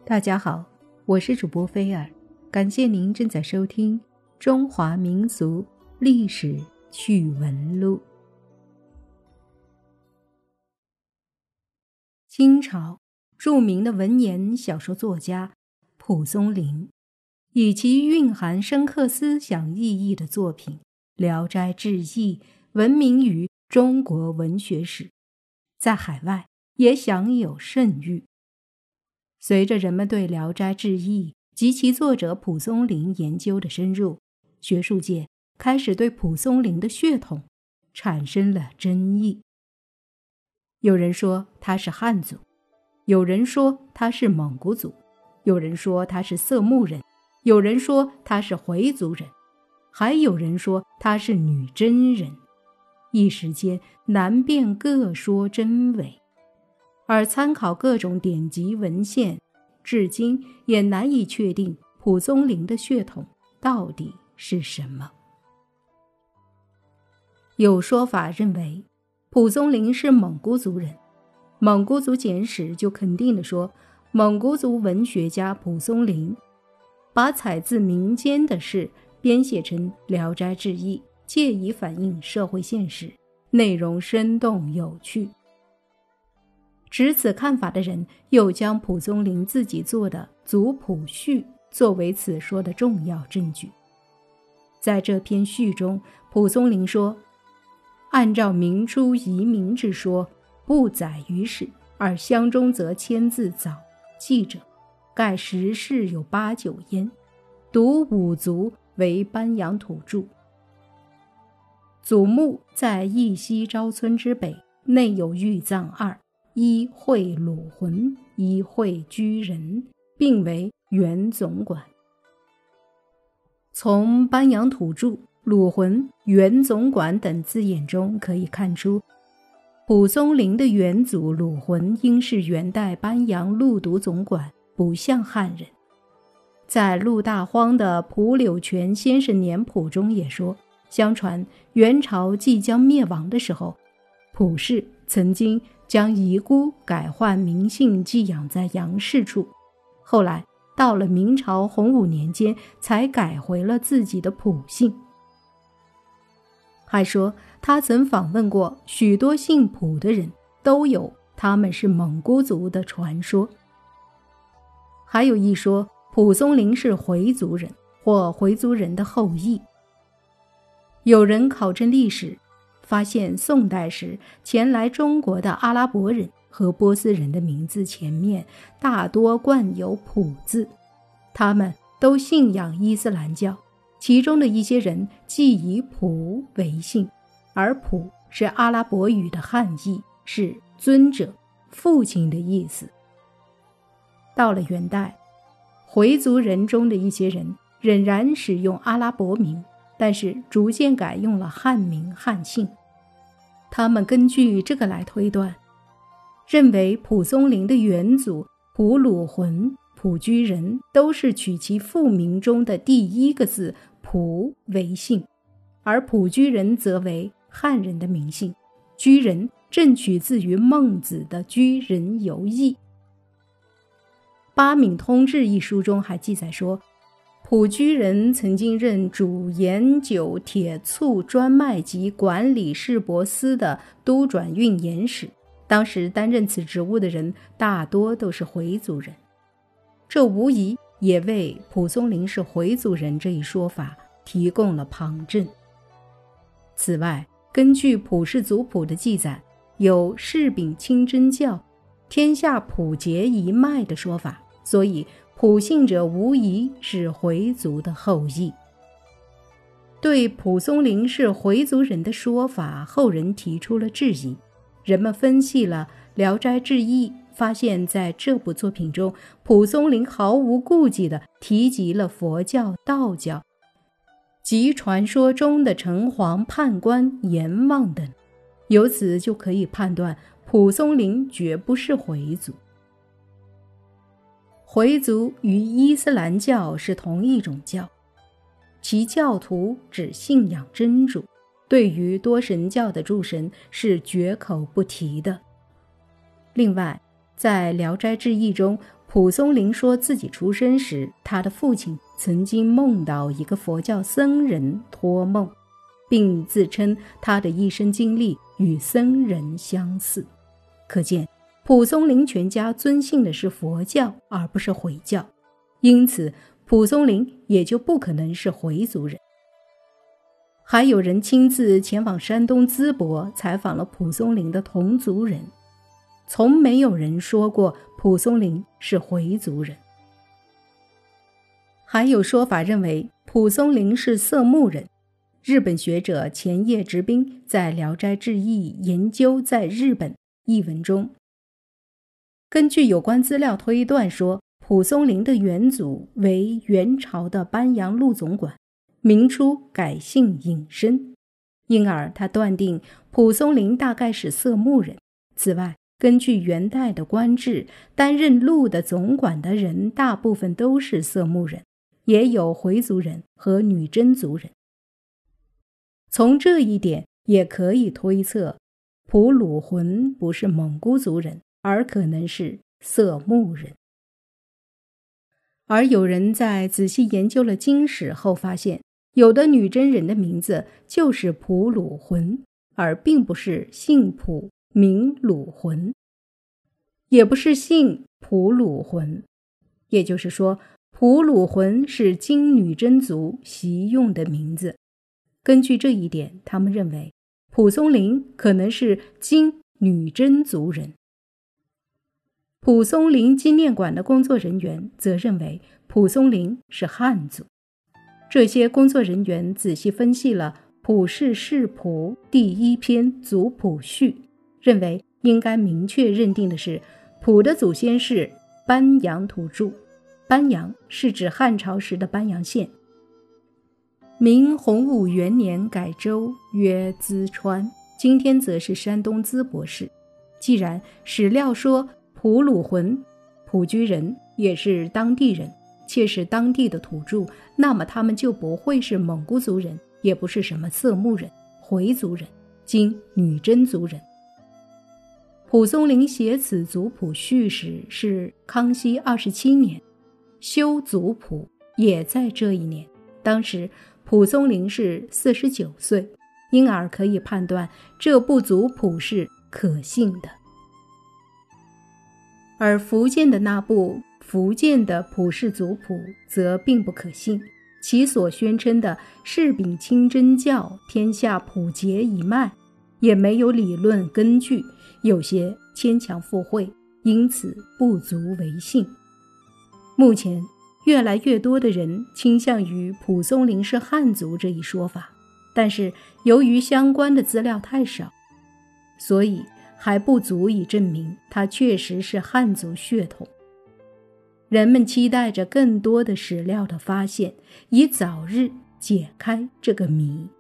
大家好，我是主播菲尔，感谢您正在收听《中华民俗历史趣闻录》。清朝著名的文言小说作家蒲松龄，以其蕴含深刻思想意义的作品《聊斋志异》闻名于中国文学史，在海外也享有盛誉。随着人们对《聊斋志异》及其作者蒲松龄研究的深入，学术界开始对蒲松龄的血统产生了争议。有人说他是汉族，有人说他是蒙古族，有人说他是色目人，有人说他是回族人，还有人说他是女真人，一时间难辨各说真伪。而参考各种典籍文献，至今也难以确定蒲松龄的血统到底是什么。有说法认为蒲松龄是蒙古族人，蒙古族简史就肯定地说，蒙古族文学家蒲松龄把采自民间的事编写成《聊斋志异》，借以反映社会现实，内容生动有趣。持此看法的人又将蒲松龄自己做的族谱序作为此说的重要证据。在这篇序中，蒲松龄说，按照明初移民之说，不载于史，而乡中则签字早，记者盖时事有8、9焉，独5族为班阳土著。祖墓在义溪昭村之北，内有玉葬2，一会鲁魂，一会居人，并为原总管。从班阳土著、鲁魂、原总管等字眼中可以看出，蒲松龄的远祖鲁魂应是元代班阳陆督总管，不像汉人。在陆大荒的《蒲柳泉先生年谱》中也说，相传元朝即将灭亡的时候，蒲氏曾经将遗孤改换名姓寄养在杨氏处，后来到了明朝洪武年间才改回了自己的蒲姓。还说他曾访问过许多姓蒲的人，都有他们是蒙古族的传说。还有一说蒲松龄是回族人或回族人的后裔。有人考证历史，发现宋代时前来中国的阿拉伯人和波斯人的名字前面大多冠有蒲字，他们都信仰伊斯兰教，其中的一些人既以蒲为姓，而蒲是阿拉伯语的汉译，是尊者、父亲的意思。到了元代，回族人中的一些人仍然使用阿拉伯名，但是逐渐改用了汉名汉姓。他们根据这个来推断，认为蒲松龄的远祖蒲鲁浑、蒲居人都是取其父名中的第一个字蒲为姓，而蒲居人则为汉人的名姓，居人正取自于孟子的居人游义。《八闽通志》一书中还记载说，蒲居人曾经任主盐酒铁醋专卖及管理市舶司的都转运盐使，当时担任此职务的人大多都是回族人，这无疑也为蒲松龄是回族人这一说法提供了旁证。此外，根据蒲氏族谱的记载，有柿饼清真教、天下蒲节一脉的说法，所以蒲姓者无疑是回族的后裔。对蒲松龄是回族人的说法，后人提出了质疑。人们分析了《聊斋志异》，发现在这部作品中，蒲松龄毫无顾忌地提及了佛教、道教及传说中的城隍、判官、阎王等，由此就可以判断蒲松龄绝不是回族。回族与伊斯兰教是同一种教，其教徒只信仰真主，对于多神教的诸神是绝口不提的。另外，在《聊斋志异》中， 蒲松龄说自己出生时，他的父亲曾经梦到一个佛教僧人托梦，并自称他的一生经历与僧人相似。可见蒲松龄全家尊信的是佛教而不是回教，因此蒲松龄也就不可能是回族人。还有人亲自前往山东淄博采访了蒲松龄的同族人，从没有人说过蒲松龄是回族人。还有说法认为蒲松龄是色目人。日本学者前叶直兵在《聊斋志异研究在日本》一文中，根据有关资料推断说，蒲松龄的远祖为元朝的班阳路总管，明初改姓隐身，因而他断定蒲松龄大概是色目人。此外，根据元代的官制，担任路的总管的人大部分都是色目人，也有回族人和女真族人。从这一点也可以推测，蒲鲁浑不是蒙古族人，而可能是色目人。而有人在仔细研究了经史后发现，有的女真人的名字就是蒲鲁浑，而并不是姓蒲名鲁浑，也不是姓蒲鲁浑。也就是说，蒲鲁浑是金女真族习用的名字。根据这一点，他们认为蒲松龄可能是金女真族人。蒲松龄纪念馆的工作人员则认为蒲松龄是汉族。这些工作人员仔细分析了《蒲氏世谱》第1篇族谱序，认为应该明确认定的是蒲的祖先是班阳土著，班阳是指汉朝时的班阳县。明洪武元年改州曰淄川，今天则是山东淄博市。既然史料说蒲鲁浑蒲居人也是当地人，且是当地的土著，那么他们就不会是蒙古族人，也不是什么色目人、回族人、金女真族人。蒲松龄写此族谱序时是康熙27年，修族谱也在这一年，当时蒲松龄是49岁，因而可以判断这部族谱是可信的。而福建的那部福建的蒲氏族谱则并不可信，其所宣称的世秉清真教天下普结一脉也没有理论根据，有些牵强附会，因此不足为信。目前越来越多的人倾向于蒲松龄是汉族这一说法，但是由于相关的资料太少，所以还不足以证明他确实是汉族血统。人们期待着更多的史料的发现，以早日解开这个谜。